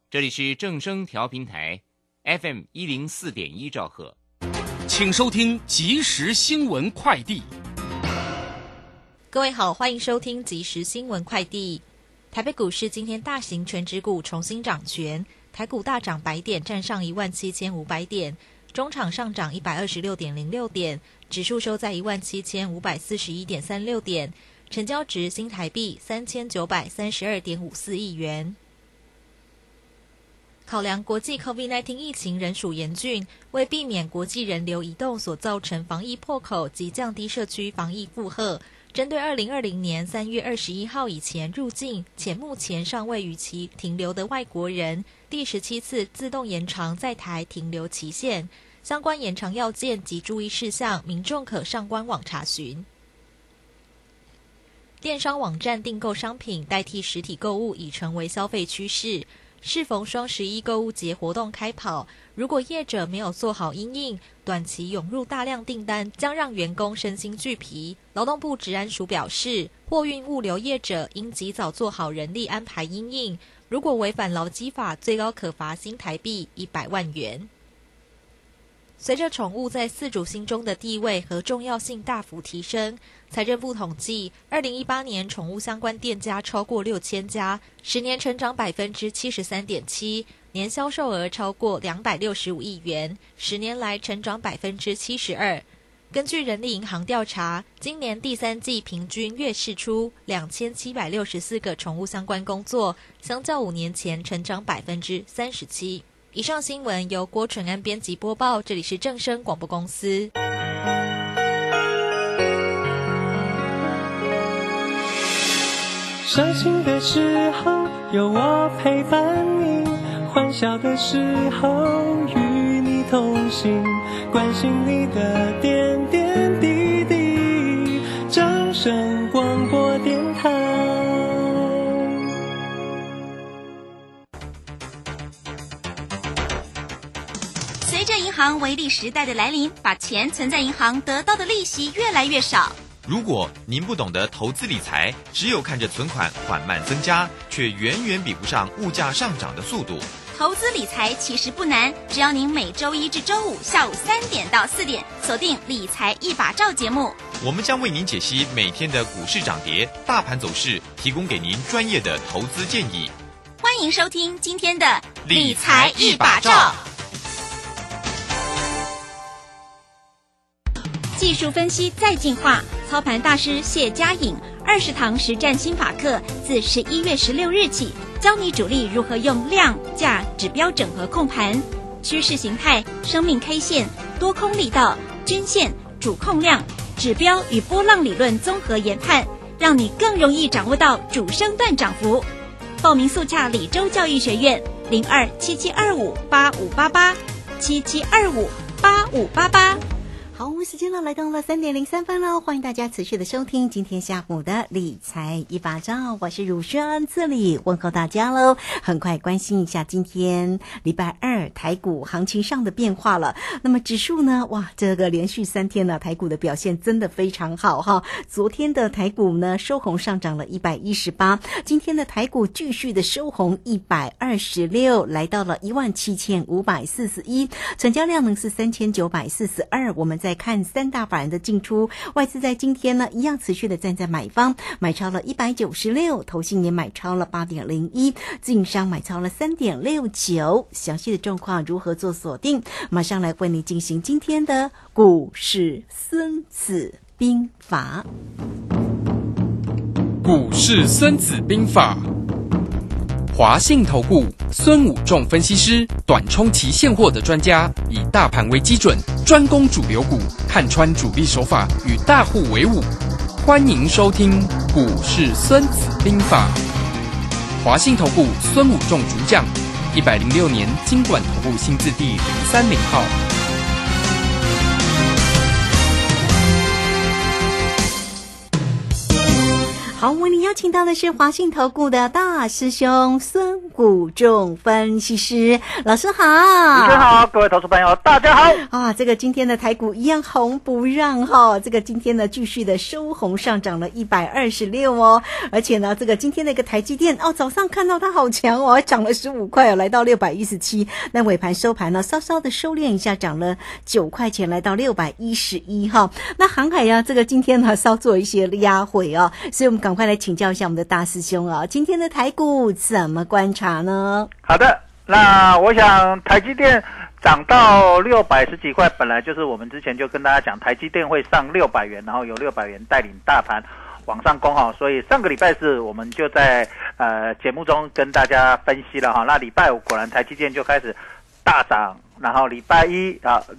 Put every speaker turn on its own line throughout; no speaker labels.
这里是正声调频台 FM 104.1兆赫，
请收听即时新闻快递。
各位好，欢迎收听即时新闻快递。台北股市今天大型全指股重新掌权，台股大涨100点，站上17500点，中场上涨126.06点，指数收在17541.36点，成交值新台币3932.54亿元。考量国际 COVID-19 疫情仍属严峻，为避免国际人流移动所造成防疫破口及降低社区防疫负荷，针对2020年3月21号以前入境且目前尚未逾期停留的外国人，第17次自动延长在台停留期限。相关延长要件及注意事项，民众可上官网查询。电商网站订购商品代替实体购物已成为消费趋势。适逢双11购物节活动开跑，如果业者没有做好因应，短期涌入大量订单将让员工身心俱疲。劳动部职安署表示，货运物流业者应及早做好人力安排因应，如果违反劳基法，最高可罚新台币100万元。随着宠物在饲主心中的地位和重要性大幅提升，财政部统计，2018年宠物相关店家超过6000家，10年成长 73.7%， 年销售额超过265亿元，10年来成长 72%。根据人力银行调查，今年第3季平均月释出2764个宠物相关工作，相较5年前成长 37%。以上新闻由郭纯安编辑播报，这里是正声广播公司。
伤心的时候有我陪伴你，欢笑的时候与你同行，关心你的点点滴滴。正声广播电台。
随着银行微利时代的来临，把钱存在银行得到的利息越来越少。
如果您不懂得投资理财，只有看着存款缓慢增加，却远远比不上物价上涨的速度。
投资理财其实不难，只要您每周一至周五下午3点到4点锁定理财一把照节目，
我们将为您解析每天的股市涨跌、大盘走势，提供给您专业的投资建议。
欢迎收听今天的理财一把照。技术分析再进化，操盘大师谢佳颖20堂实战心法课自11月16日起，教你主力如何用量价指标整合控盘，趋势形态、生命 K 线、多空力道、均线、主控量、指标与波浪理论综合研判，让你更容易掌握到主升段涨幅。报名速洽李州教育学院0277258588 77258588。
好，我们时间呢来到了3点03分了，欢迎大家持续的收听今天下午的理财一把照，我是汝轩，这里问候大家喽。很快关心一下今天礼拜二台股行情上的变化了。那么指数呢，哇，这个连续3天呢，台股的表现真的非常好哈。昨天的台股呢收红上涨了118，今天的台股继续的收红126，来到了17541，成交量呢是3942。我们再看3大法人的进出，外资在今天呢一样持续的站在买方，买超了196，投信也买超了8.01，自营商买超了3.69。详细的状况如何做锁定，马上来为你进行今天的股市孙子兵法。
股市孙子兵法，华信投顾孙武仲分析师，短冲期现货的专家，以大盘为基准，专攻主流股，看穿主力手法，与大户为伍。欢迎收听股市孙子兵法。华信投顾孙武仲主讲，106年金管投顾新字第030号。
好，为您邀请到的是华信投顾的大师兄孙股仲分析师老师好。
主持人好，各位投资朋友大家好。
啊，这个今天的台股一样红不让哈，这个今天呢继续的收红，上涨了126哦，而且呢这个今天的一个台积电早上看到它好强哦，还涨了15块哦，来到617，那尾盘收盘呢稍稍的收敛一下，涨了9块钱，来到611哈。那航海呀，这个今天呢稍做一些压回哦，所以我们赶快来请教一下我们的大师兄啊，今天的台股怎么观察呢？
好的，那我想台积电涨到610几块，本来就是我们之前就跟大家讲，台积电会上600元，然后由600元带领大盘往上攻哈，所以上个礼拜四我们就在节目中跟大家分析了哈。那礼拜五果然台积电就开始大涨，然后礼拜一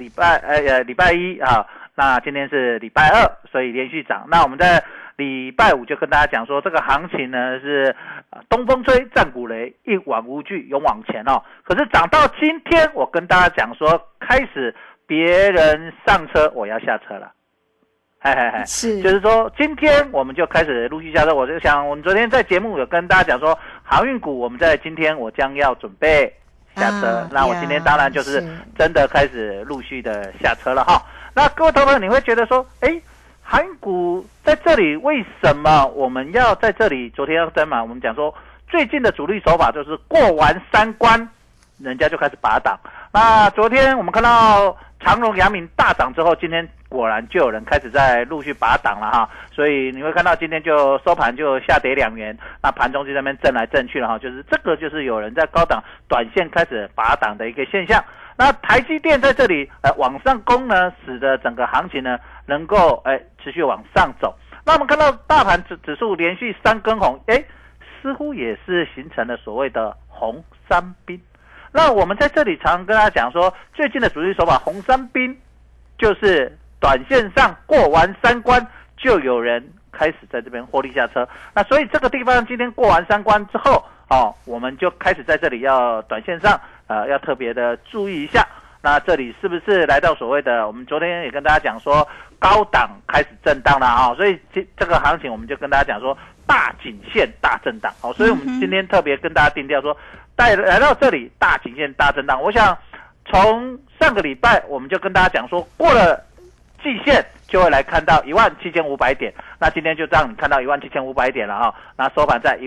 那今天是礼拜二，所以连续涨。那我们在礼拜五就跟大家讲说，这个行情呢是东风吹，战鼓擂，一往无惧，勇往前哦。可是涨到今天，我跟大家讲说，开始别人上车，我要下车了。是，就是说今天我们就开始陆续下车。我就想，我们昨天在节目有跟大家讲说，航运股我们在今天我将要准备下车。那我今天当然就是真的开始陆续的下车了哈。那各位投朋友，你会觉得说，航运股在这里为什么我们要在这里？昨天要在嘛，我们讲说最近的主力手法就是过完3关，人家就开始拔档。那昨天我们看到长荣、阳明大涨之后，今天果然就有人开始在陆续拔档了哈。所以你会看到今天就收盘就下跌2元，那盘中就在那边震来震去了哈。就是这个就是有人在高档短线开始拔档的一个现象。那台积电在这里往上攻呢，使得整个行情呢能够持续往上走。那我们看到大盘指数连续3根红，似乎也是形成了所谓的红三兵。那我们在这里常跟大家讲说，最近的主力手法红三兵，就是短线上过完3关，就有人开始在这边获利下车。那所以这个地方今天过完3关之后，我们就开始在这里要短线上要特别的注意一下。那这里是不是来到所谓的，我们昨天也跟大家讲说高档开始震荡了啊，所以这个行情我们就跟大家讲说大颈线大震荡。好，所以我们今天特别跟大家定调说，来到这里大颈线大震荡。我想从上个礼拜我们就跟大家讲说，过了季线就会来看到17500点，那今天就让你看到17500点了哈。那收盘在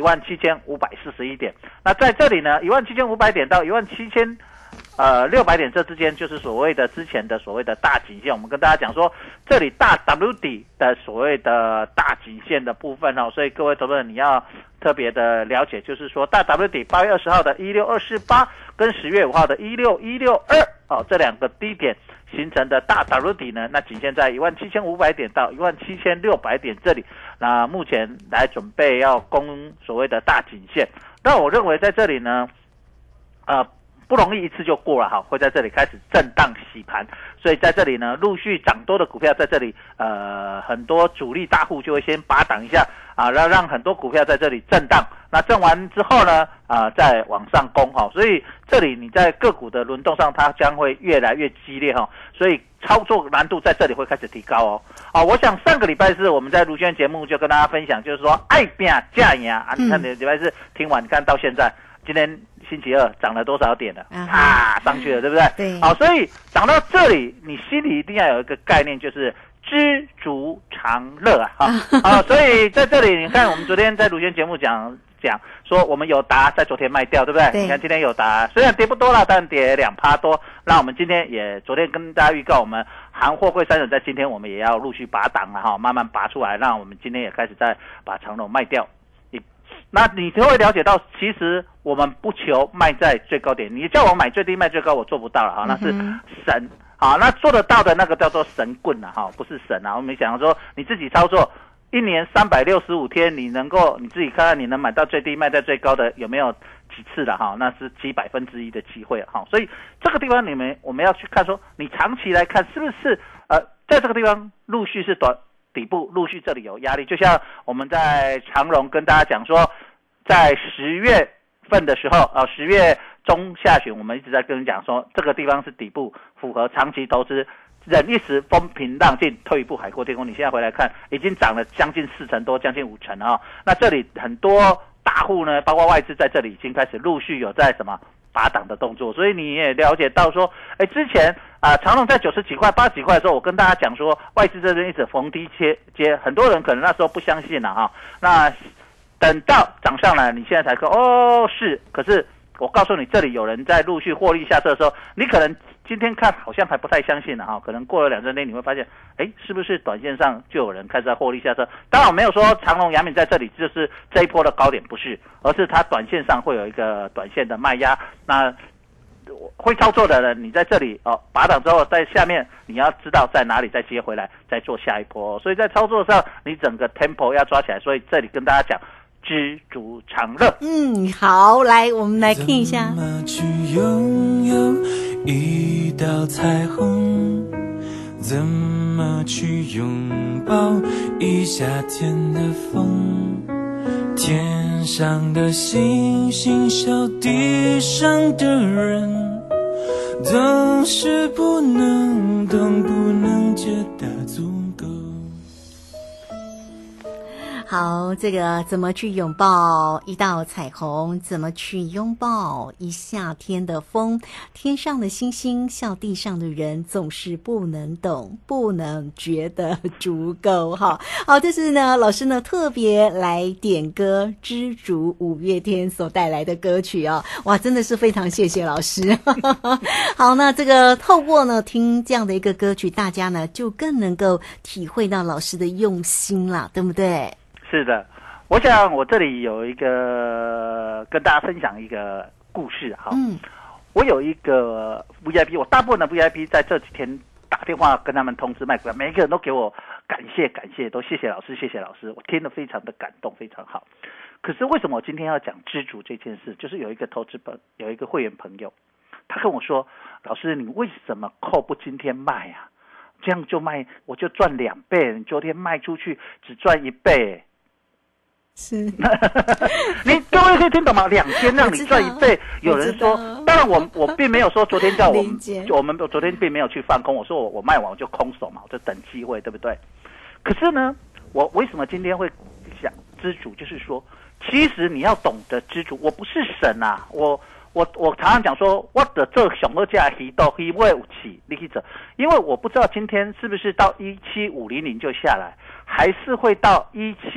17541点。那在这里呢，17500点到17600点这之间，就是所谓的之前的所谓的大颈线。我们跟大家讲说，这里大 W 底的所谓的大颈线的部分哦，所以各位投资人你要特别的了解，就是说大 W 底8月20号的16248跟10月5号的16162这两个低点形成的大 W 底呢，那颈线在17500点到17600点这里。那目前来准备要攻所谓的大颈线。那我认为在这里呢，不容易一次就过了哈，会在这里开始震荡洗盘，所以在这里呢，陆续涨多的股票在这里，很多主力大户就会先拔档一下啊，让很多股票在这里震荡。那震完之后呢，再往上攻哈，所以这里你在个股的轮动上，它将会越来越激烈哈，所以操作难度在这里会开始提高哦。我想上个礼拜四我们在卢轩节目就跟大家分享，就是说爱拼价赢啊，你看你礼拜四听完，你看到现在。今天星期二涨了多少点了？上去了，对不对？
对。
好，所以涨到这里，你心里一定要有一个概念，就是知足常乐啊！所以在这里，你看我们昨天在卢轩节目讲说，我们友达在昨天卖掉，对不对？对。你看今天友达虽然跌不多了，但跌2%多。那我们今天也昨天跟大家预告，我们韩货柜3人在今天我们也要陆续拔档了哈，慢慢拔出来。那我们今天也开始在把长荣卖掉。那你就会了解到，其实我们不求卖在最高点，你叫我买最低卖最高，我做不到了哈，那是神啊，那做得到的那个叫做神棍了哈，不是神啊。我们想说你自己操作，1年365天，你自己看看你能买到最低卖在最高的有没有几次了哈？那是几1%的机会哈。所以这个地方我们要去看说，你长期来看是不是在这个地方陆续是底部陆续这里有压力，就像我们在长荣跟大家讲说，在10月份的时候10月中下旬，我们一直在跟你讲说，这个地方是底部，符合长期投资，忍一时风平浪静，退一步海阔天空。你现在回来看，已经涨了将近4成多，将近5成那这里很多大户呢，包括外资在这里已经开始陆续有在什么拔档的动作，所以你也了解到说，之前长荣在90几块、80几块的时候，我跟大家讲说，外资这边一直逢低接，很多人可能那时候不相信了哈。那等到涨上来，你现在才说是，可是我告诉你，这里有人在陆续获利下车的时候，你可能今天看好像还不太相信了哈，可能过了2-3天你会发现，是不是短线上就有人开始在获利下车？当然我没有说长荣、阳明在这里就是这一波的高点，不是，而是它短线上会有一个短线的卖压。那会操作的人，你在这里拔档之后，在下面你要知道在哪里再接回来，再做下一波。所以在操作上，你整个 tempo 要抓起来。所以这里跟大家讲。知足常乐。
好，来，我们来听一下。
怎么去拥有一道彩虹？怎么去拥抱一夏天的风？天上的星星，小地上的人，总是不能懂，不能觉得足够。
好，这个怎么去拥抱一道彩虹？怎么去拥抱一夏天的风？天上的星星，笑地上的人，总是不能懂，不能觉得足够。好，这是呢，老师呢特别来点歌《知足》五月天所带来的歌曲哦。哇，真的是非常谢谢老师。好，那这个透过呢听这样的一个歌曲，大家呢就更能够体会到老师的用心啦，对不对？
是的，我想我这里有一个跟大家分享一个故事哈。我有一个 VIP， 我大部分的 VIP 在这几天打电话跟他们通知卖股票，每一个人都给我感谢，都谢谢老师，我听得非常的感动，非常好。可是为什么我今天要讲知足这件事？就是有一个有一个会员朋友，他跟我说，老师你为什么扣不今天卖啊？这样就卖我就赚2倍，你昨天卖出去只赚1倍。
是，
你各位可以听懂吗？2天让你赚1倍，有人说，当然我并没有说昨天叫我们昨天并没有去放空，我说我卖完我就空手嘛，我就等机会，对不对？可是呢，我为什么今天会讲知足？就是说，其实你要懂得知足。我不是神啊，我常常讲说，我的这上好价鱼都鱼尾有起，你去走，因为我不知道今天是不是到17500就下来，还是会到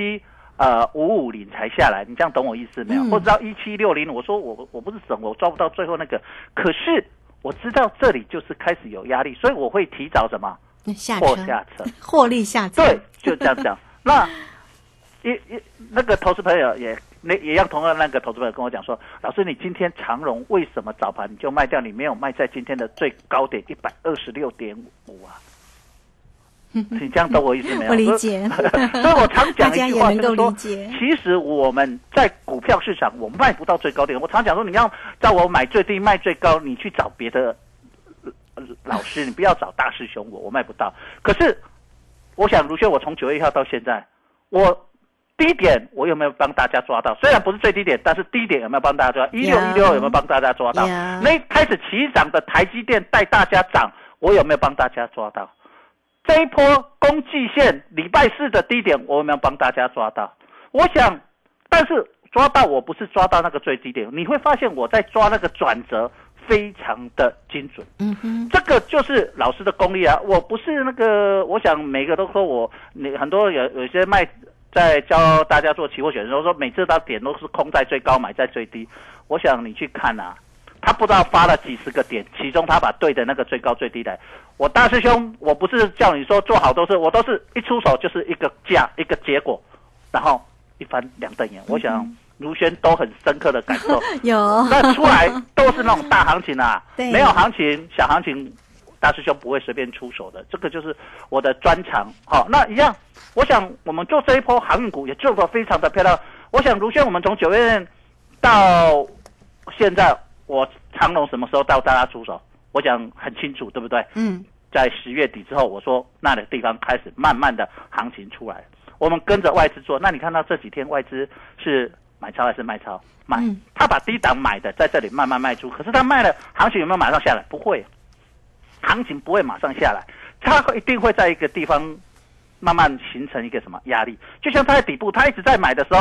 550才下来，你这样懂我意思没有？或者到1760，我说我不是神，我抓不到最后那个，可是我知道这里就是开始有压力，所以我会提早什么
下
车，
获利下车，
对，就这样讲。那那个投资朋友也让同样那个投资朋友跟我讲说，老师你今天长荣为什么早盘你就卖掉，你没有卖在今天的最高点126.5啊？你这样懂我意思没有？
我理解。
所以我常讲一句话，就是说，
其
实我们在股票市场，我卖不到最高点。我常讲说，你要叫我买最低卖最高，你去找别的老师，你不要找大师兄，我卖不到。可是，我想如轩，我从9月1号到现在，我低点我有没有帮大家抓到？虽然不是最低点，但是低点有没有帮大家抓到？1616有没有帮大家抓到？那开始起涨的台积电带大家涨，我有没有帮大家抓到？这一波攻击线礼拜4的低点，我有没有帮大家抓到？我想，但是抓到我不是抓到那个最低点，你会发现我在抓那个转折非常的精准。这个就是老师的功力啊！我不是那个，我想每个都说很多有些卖在教大家做期货选的时候说，每次到点都是空在最高，买在最低。我想你去看啊。他不知道发了几十个点，其中他把对的那个最高最低来。我大师兄，我不是叫你说做好我都是一出手就是一个价一个结果，然后一翻2瞪眼。我想如轩都很深刻的感受。
有，
那出来都是那种大行情啊，没有行情小行情，大师兄不会随便出手的。这个就是我的专长。好，那一样，我想我们做这一波航运股也做得非常的漂亮。我想如轩，我们从9月到现在。我长荣什么时候到大家出手？我讲很清楚，对不对？在10月底之后，我说那个地方开始慢慢的行情出来，我们跟着外资做。那你看到这几天外资是买超还是卖超？买，他把低档买的在这里慢慢卖出，可是他卖了，行情有没有马上下来？不会，行情不会马上下来，他一定会在一个地方慢慢形成一个什么压力？就像他在底部，他一直在买的时候。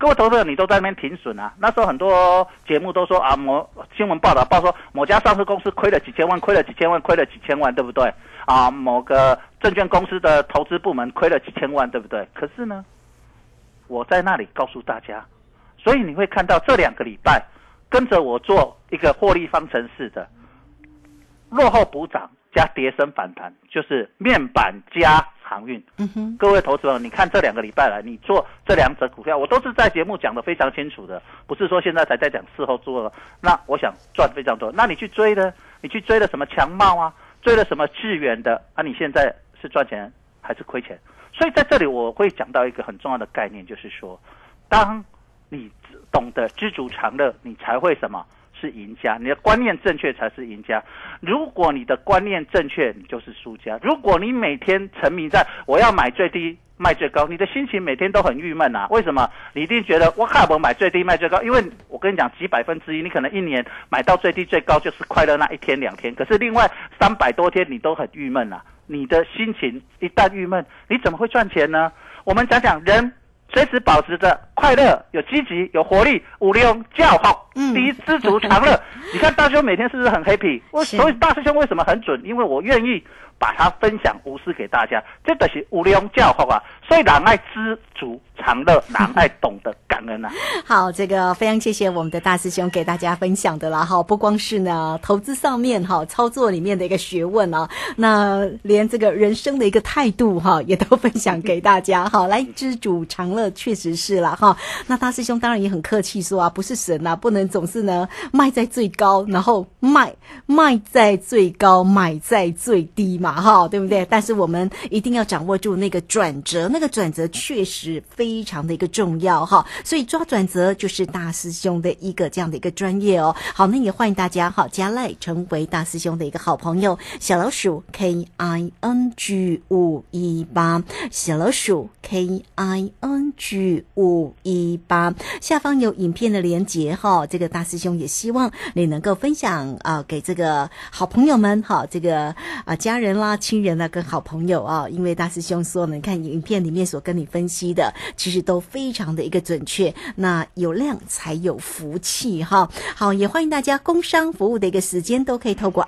各位投资者，你都在那边停损啊。那时候很多节目都说啊，新闻报道说某家上市公司亏了几千万，亏了几千万，亏了几千万，对不对？啊，某个证券公司的投资部门亏了几千万，对不对？可是呢，我在那里告诉大家，所以你会看到这2个礼拜跟着我做一个获利方程式的落后补涨加跌升反弹，就是面板加航运。各位投资者，你看这2个礼拜来，你做这2者股票，我都是在节目讲得非常清楚的，不是说现在才在讲，事后做了。那我想赚非常多，那你去追的，你去追了什么强茂啊，追了什么致远的啊，你现在是赚钱还是亏钱？所以在这里我会讲到一个很重要的概念，就是说，当你懂得知足常乐，你才会什么？是赢家，你的观念正确才是赢家。如果你的观念正确，你就是输家。如果你每天沉迷在我要买最低卖最高，你的心情每天都很郁闷啊。为什么？你一定觉得我看我买最低卖最高，因为我跟你讲几1%，你可能一年买到最低最高就是快乐那1天2天，可是另外300多天你都很郁闷啊。你的心情一旦郁闷，你怎么会赚钱呢？我们讲讲人随时保持着快乐、有积极、有活力、无利用较好，第一知足常乐。你看大师兄每天是不是很 happy？ 所以大师兄为什么很准？因为我愿意把它分享无私给大家，这就是无利用较好啊。所以人爱知足常乐，人爱懂得感恩啊。
好，这个非常谢谢我们的大师兄给大家分享的啦。好，不光是呢投资上面哈，操作里面的一个学问啊，那连这个人生的一个态度哈，也都分享给大家。好，来知足常乐，确实是啦哈。那大师兄当然也很客气说啊，不是神啊，不能总是呢卖在最高，然后卖在最高，买在最低嘛哈，对不对？但是我们一定要掌握住那个转折，那个转折确实非常的一个重要哈，所以抓转折就是大师兄的一个这样的一个专业哦。好，那也欢迎大家好加赖成为大师兄的一个好朋友，小老鼠 KING518， 小老鼠 KING518， 下方有影片的连结哈。这个大师兄也希望你能够分享给这个好朋友们哈，这个家人啦、亲人啦跟好朋友啊，因为大师兄说呢，你看影片里面所跟你分析的，其实都非常的一个准确。那有量才有福气哈。好，也欢迎大家工商服务的一个时间都可以透过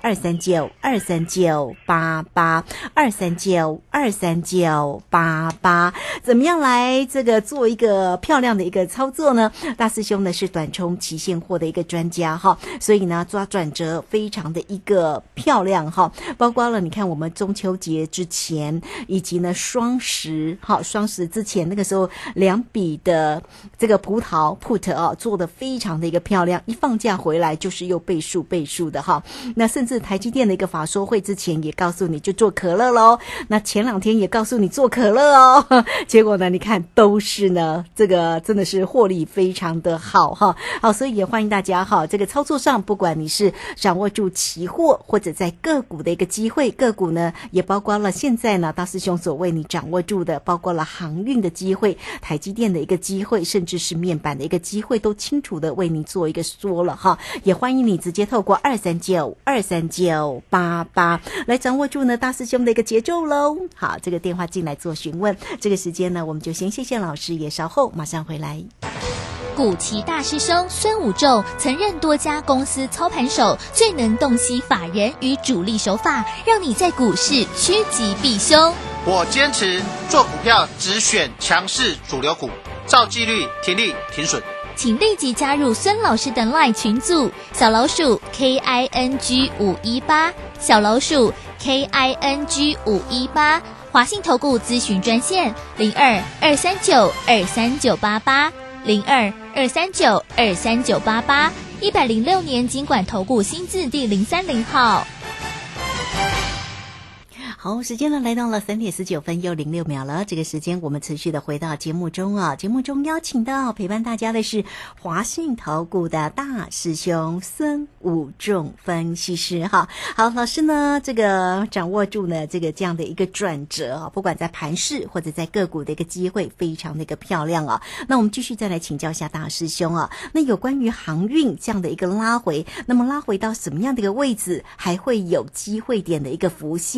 239-239-88239-239-239-88，怎么样来这个做一个漂亮的一个操作呢？大师兄呢是短冲期现货的一个专家哈，所以呢抓转折非常的一个漂亮哈，包括了你看我们中秋节之前，以及呢双十之前，那个时候2笔的这个葡萄 put 做得非常的一个漂亮，一放假回来就是又倍数的哈。那甚至台积电的一个法说会之前也告诉你就做可乐咯，那前2天也告诉你做可乐哦，结果呢你看都是呢这个真的是获利非常的好哈。好，所以也欢迎大家哈，这个操作上不管你是掌握住期货或者在个股的一个机会，个股呢也包括了现在呢大师兄所为你掌握住的，包括了航运的机会、台积电的一个机会，甚至是面板的一个机会，都清楚的为你做一个说了哈。也欢迎你直接透过239-239-88来掌握住呢大师兄的一个节奏咯。好，这个电话进来做询问，这个时间呢我们就先谢谢老师，也稍后马上回来。
股期大师兄孙武仲曾任多家公司操盘手，最能洞悉法人与主力手法，让你在股市趋吉避凶。
我坚持做股票只选强势主流股，照纪律停利停损。
请立即加入孙老师的 LINE 群组，小老鼠 KING518， 小老鼠 KING518， 华信投顾咨询专线02-239-23988，02-239-23988，106年金管投顾新字第030号。
好，时间呢来到了3点19分又06秒了。这个时间我们持续的回到节目中啊，节目中邀请到陪伴大家的是华信投顾的大师兄孙武仲分析师哈。好，老师呢这个掌握住呢这样的一个转折啊，不管在盘势或者在个股的一个机会，非常的一个漂亮啊。那我们继续再来请教一下大师兄啊，那有关于航运这样的一个拉回，那么拉回到什么样的一个位置还会有机会点的一个浮现呢？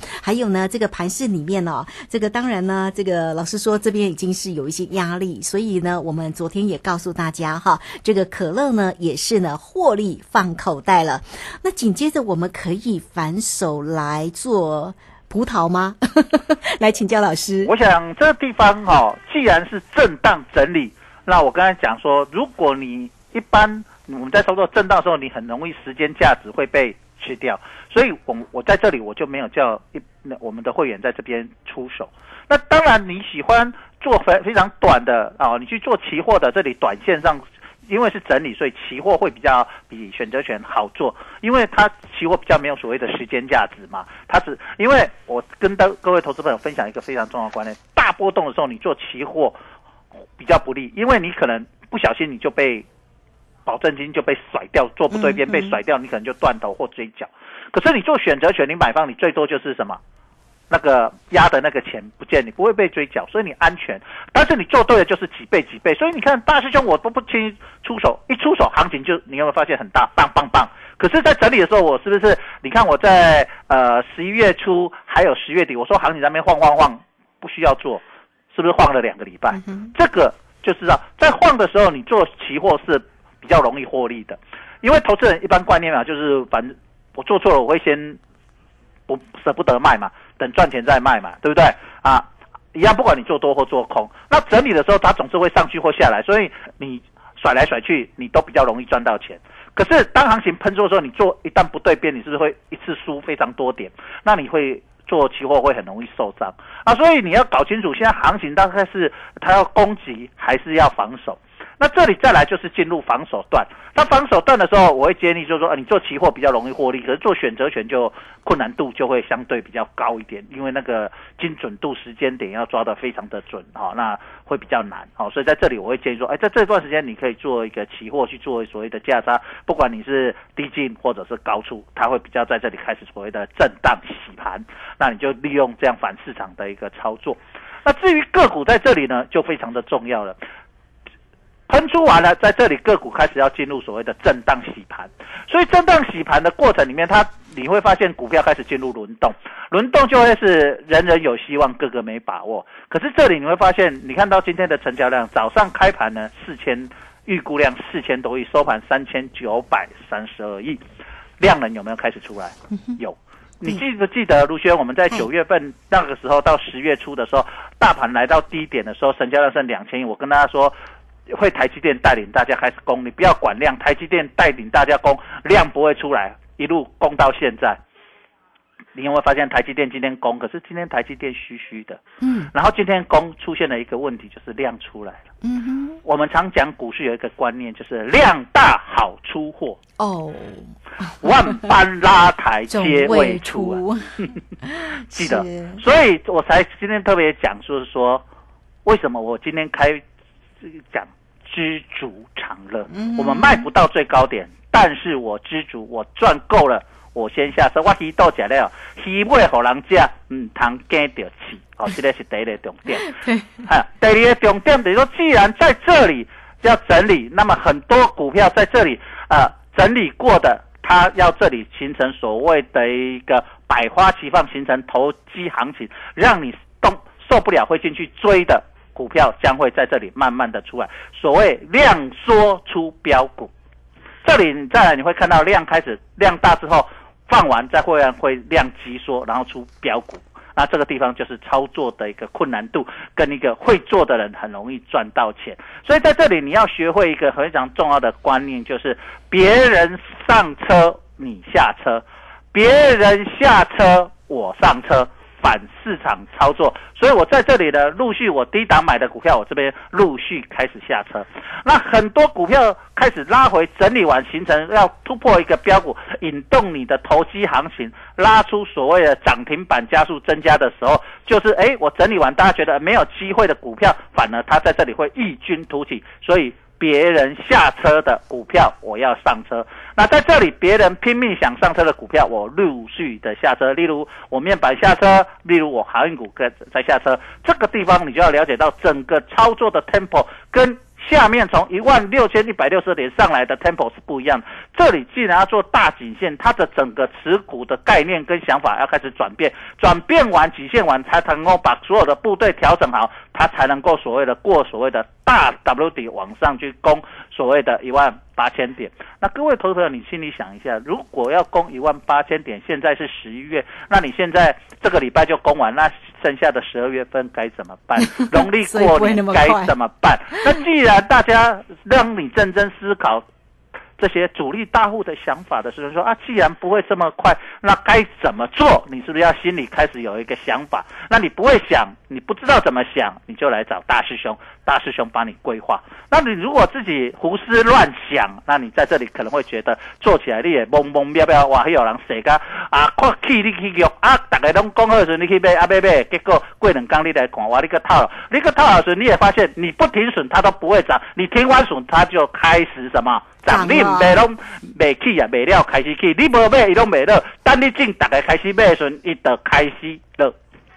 还有呢，这个盘市里面哦，这个当然呢，这个老师说这边已经是有一些压力，所以呢，我们昨天也告诉大家哈，这个可乐呢也是呢获利放口袋了。那紧接着我们可以反手来做葡萄吗？来请教老师。
我想这个地方既然是震荡整理，那我刚才讲说，如果你一般我们在操作震荡的时候，你很容易时间价值会被吃掉，所以我在这里我就没有叫我们的会员在这边出手。那当然你喜欢做非常短的你去做期货的，这里短线上因为是整理，所以期货会比选择权好做，因为它期货比较没有所谓的时间价值嘛。它只因为我跟各位投资朋友分享一个非常重要的观念，大波动的时候你做期货比较不利，因为你可能不小心你就被保证金就被甩掉，做不对边被甩掉，你可能就断头或追缴。可是你做选择权，你买方你最多就是什么？那个压的那个钱不见，你不会被追缴，所以你安全。但是你做对了就是几倍，所以你看大师兄我都不轻易出手，一出手行情就你有没有发现很大，棒棒棒。可是在整理的时候，我是不是你看我在11月初还有10月底，我说行情在那边晃不需要做，是不是晃了2个礼拜？这个就知道在晃的时候你做期货是比较容易获利的，因为投资人一般观念嘛，就是反正我做错了我会先不舍不得卖嘛，等赚钱再卖嘛，对不对啊？一样，不管你做多或做空，那整理的时候它总是会上去或下来，所以你甩来甩去你都比较容易赚到钱。可是当行情喷出的时候，你做一旦不对边，你是不是会一次输非常多点？那你会做期货会很容易受伤啊，所以你要搞清楚现在行情大概是它要攻击还是要防守。那这里再来就是进入防守段，那防守段的时候我会建议就是说你做期货比较容易获利，可是做选择权就困难度就会相对比较高一点，因为那个精准度时间点要抓得非常的准那会比较难所以在这里我会建议说在这段时间你可以做一个期货去做所谓的价差，不管你是低进或者是高出，它会比较在这里开始所谓的震荡洗盘，那你就利用这样反市场的一个操作。那至于个股在这里呢就非常的重要了，喷出完了，在这里个股开始要进入所谓的震荡洗盘，所以震荡洗盘的过程里面，你会发现股票开始进入轮动，轮动就会是人人有希望，个个没把握。可是这里你会发现，你看到今天的成交量，早上开盘呢预估量4000多亿，收盘3932亿，量能有没有开始出来？有。你记不记得卢轩，我们在9月份那个时候到10月初的时候，大盘来到低点的时候，成交量剩2000亿，我跟大家说会台积电带领大家开始攻，你不要管量，台积电带领大家攻，量不会出来，一路攻到现在。你有没有发现台积电今天攻，可是今天台积电虚虚的，然后今天攻出现了一个问题，就是量出来了。我们常讲股市有一个观念，就是量大好出货万般拉抬皆未出记得，所以我才今天特别讲说为什么我今天讲知足常乐，我们卖不到最高点，但是我知足，我赚够了，我先下车。我鱼倒吃了，鱼尾给人吃，通惊到气。这个是第一个重点。第二个重点就是说，既然在这里要整理，那么很多股票在这里整理过的，它要这里形成所谓的一个百花齐放，形成投机行情，让你受不了会进去追的股票将会在这里慢慢的出来，所谓量缩出标股。这里再来你会看到量开始量大之后放完，再会量急缩，然后出标股。那这个地方就是操作的一个困难度，跟一个会做的人很容易赚到钱。所以在这里你要学会一个非常重要的观念，就是别人上车你下车，别人下车我上车，反市场操作。所以我在这里呢，陆续我低档买的股票，我这边陆续开始下车。那很多股票开始拉回整理完，形成要突破一个标股，引动你的投机行情，拉出所谓的涨停板加速增加的时候，就是我整理完大家觉得没有机会的股票，反而它在这里会异军突起。所以别人下车的股票我要上车，那在这里别人拼命想上车的股票我陆续的下车，例如我面板下车，例如我航运股在下车。这个地方你就要了解到整个操作的 tempo 跟下面从16162点上来的 tempo 是不一样的。这里既然要做大颈线，它的整个持股的概念跟想法要开始转变，转变完颈线完，才能够把所有的部队调整好，它才能够所谓的过所谓的大 W 底往上去攻所谓的18000点。那各位投资朋友，你心里想一下，如果要攻18000点，现在是11月，那你现在这个礼拜就攻完，那剩下的12月份该怎么办？农历过年该怎么办？那既然大家让你认真思考这些主力大户的想法的时候，说既然不会这么快，那该怎么做？你是不是要心里开始有一个想法？那你不会想，你不知道怎么想，你就来找大师兄，大师兄帮你规划。那你如果自己胡思乱想，那你在这里可能会觉得做起来你也懵懵标标，哇，还有人写个看起你去约大家拢讲好时你去买买，结果过2天你来看，哇，你个套了，你个套了时你也发现你不停损它都不会涨，你停完损它就开始什么？你唔买拢卖起啊，卖了开始起，你无买伊拢卖了，等你进大家开始买的时候，伊就开始了。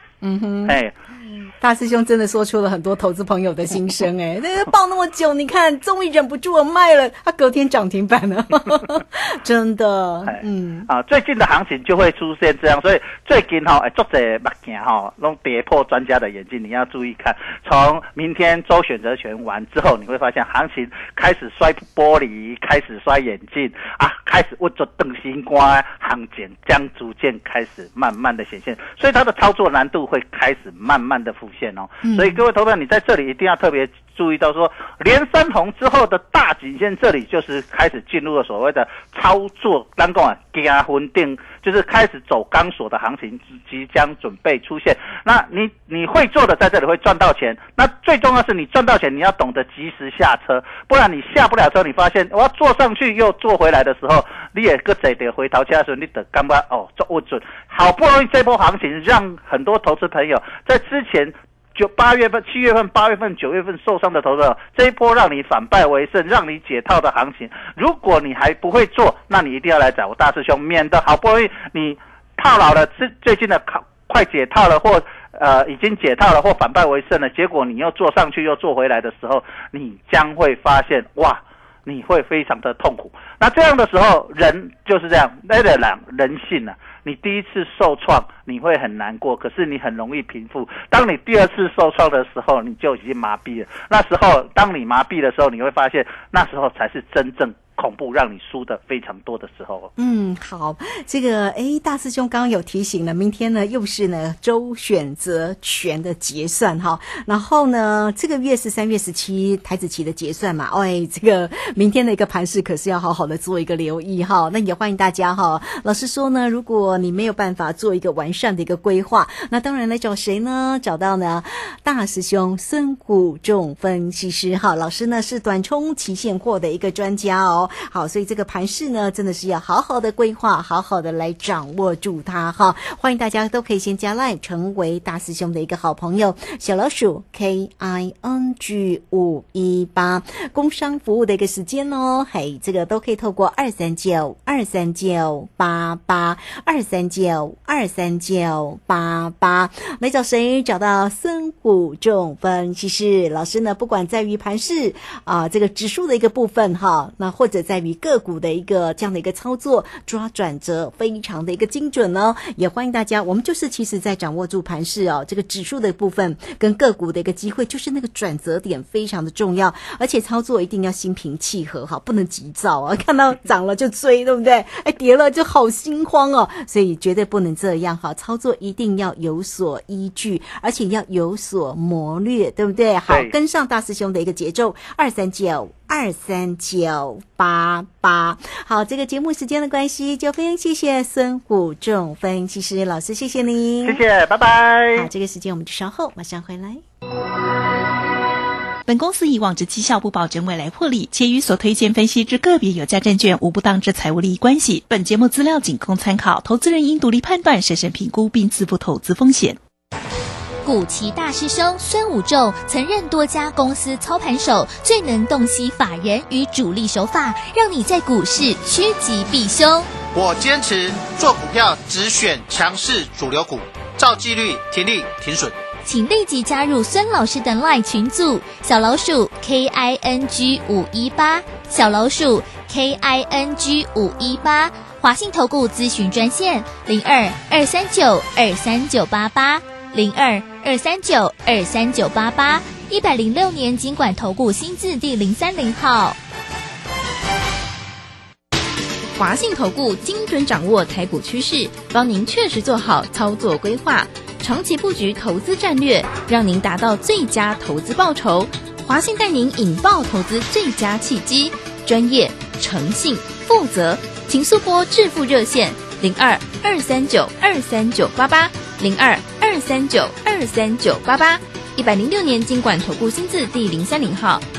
大师兄真的说出了很多投资朋友的心声那个抱那么久，你看终于忍不住了卖了，他隔天涨停板了真的
最近的行情就会出现这样，所以最近做这目镜拢跌破专家的眼睛，你要注意看。从明天周选择权完之后，你会发现行情开始摔玻璃，开始摔眼镜开始握着灯芯瓜，行情将逐渐开始慢慢的显现，所以它的操作难度会开始慢慢的浮现所以各位投资者，你在这里一定要特别注意到说，连三红之后的大颈线，这里就是开始进入了所谓的操作咱讲加分定，就是开始走钢索的行情即将准备出现。那你会做的在这里会赚到钱，那最重要是你赚到钱你要懂得及时下车，不然你下不了车，你发现我要坐上去又坐回来的时候，你也个坐到回头车的时候，你就感觉做不准。好不容易这波行情让很多投资朋友在之前8月份、7月份、8月份、9月份受伤的投资者，这一波让你反败为胜，让你解套的行情，如果你还不会做，那你一定要来找我大师兄，免得好不容易你套牢了，最近的快解套了或已经解套了或反败为胜了，结果你又做上去又做回来的时候，你将会发现哇，你会非常的痛苦。那这样的时候，人就是这样，人性你第一次受创你会很难过，可是你很容易平复。当你第二次受创的时候，你就已经麻痹了。那时候当你麻痹的时候，你会发现那时候才是真正恐怖，让你输的非常多的时候。
好，这个大师兄刚刚有提醒了，明天呢又是呢周选择权的结算然后呢这个月是3月17台指期的结算嘛，这个明天的一个盘势可是要好好的做一个留意那也欢迎大家老实说呢，如果你没有办法做一个完善的一个规划，那当然来找谁呢？找到呢大师兄孙谷仲分析师老师呢是短冲期现货的一个专家好，所以这个盘势呢真的是要好好的规划，好好的来掌握住它欢迎大家都可以先加 LINE 成为大师兄的一个好朋友，小老鼠 KING518，工商服务的一个时间这个都可以透过239-239-88 来找谁？找到孙谷仲分析师老师呢，不管在于盘势这个指数的一个部分那或者在于个股的一个这样的一个操作抓转折非常的一个精准也欢迎大家，我们就是其实在掌握住盘势这个指数的部分跟个股的一个机会，就是那个转折点非常的重要，而且操作一定要心平气和不能急躁看到涨了就追，对不对？跌了就好心慌所以绝对不能这样操作一定要有所依据，而且要有所谋略，对不对？好，跟上大师兄的一个节奏239-239-88。好，这个节目时间的关系，就非常谢谢孙谷仲分析师老师，谢谢您，
谢谢，拜拜。
好，这个时间我们就稍后马上回来。
本公司以往之绩效不保证未来获利，且与所推荐分析之个别有价证券无不当之财务利益关系。本节目资料仅供参考，投资人应独立判断、审慎评估并自负投资风险。
股期大师兄孙武仲曾任多家公司操盘手，最能洞悉法人与主力手法，让你在股市趋吉避凶。
我坚持做股票只选强势主流股，照纪律停利停损。
请立即加入孙老师的 LINE 群组，小老鼠 KING518， 小老鼠 KING518， 华信投顾咨询专线02-239-23988 02-239-23988， 106年金管投顾新字第030号。
华信投顾精准掌握台股趋势，帮您确实做好操作规划，长期布局投资战略，让您达到最佳投资报酬。华信带您引爆投资最佳契机，专业、诚信、负责，请速拨致富热线02-239-23988 02-239-23988，106年金管投顾新字第030号。